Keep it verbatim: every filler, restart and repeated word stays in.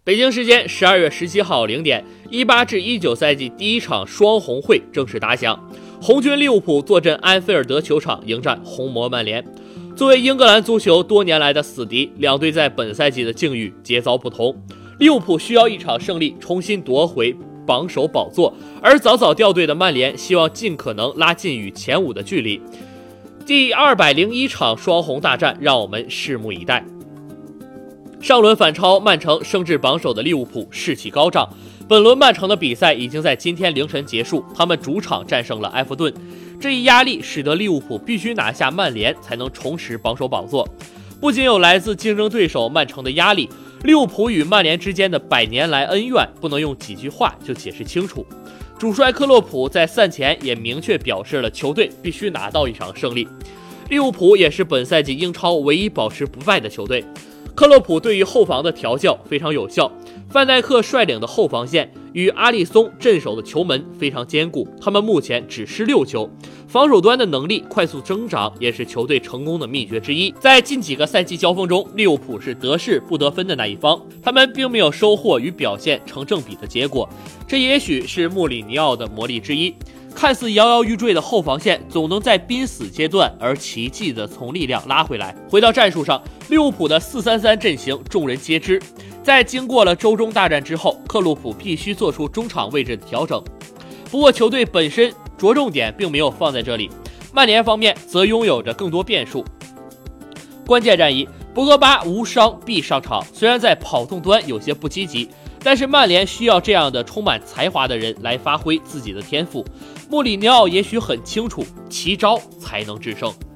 北京时间十二月十七号零点，一八至一九赛季第一场双红会正式打响。红军利物浦坐镇安菲尔德球场迎战红魔曼联。作为英格兰足球多年来的死敌，两队在本赛季的境遇节遭不同。利物浦需要一场胜利重新夺回榜首宝座，而早早掉队的曼联希望尽可能拉近与前五的距离。第二百零一场双红大战，让我们拭目以待。上轮反超曼城升至榜首的利物浦士气高涨，本轮曼城的比赛已经在今天凌晨结束，他们主场战胜了埃弗顿，这一压力使得利物浦必须拿下曼联才能重拾榜首宝座。不仅有来自竞争对手曼城的压力，利物浦与曼联之间的百年来恩怨不能用几句话就解释清楚。主帅克洛普在赛前也明确表示了球队必须拿到一场胜利。利物浦也是本赛季英超唯一保持不败的球队。克洛普对于后防的调教非常有效，范戴克率领的后防线与阿里松镇守的球门非常坚固，他们目前只失六球，防守端的能力快速增长也是球队成功的秘诀之一。在近几个赛季交锋中，利物浦是得势不得分的那一方，他们并没有收获与表现成正比的结果，这也许是穆里尼奥的魔力之一。看似摇摇欲坠的后防线总能在濒死阶段而奇迹地从力量拉回来。回到战术上，利物浦的四三三阵型众人皆知，在经过了周中大战之后，克洛普必须做出中场位置的调整。不过球队本身着重点并没有放在这里，曼联方面则拥有着更多变数。关键战役，博格巴无伤必上场，虽然在跑动端有些不积极，但是曼联需要这样的充满才华的人来发挥自己的天赋。穆里尼奥也许很清楚，奇招才能制胜。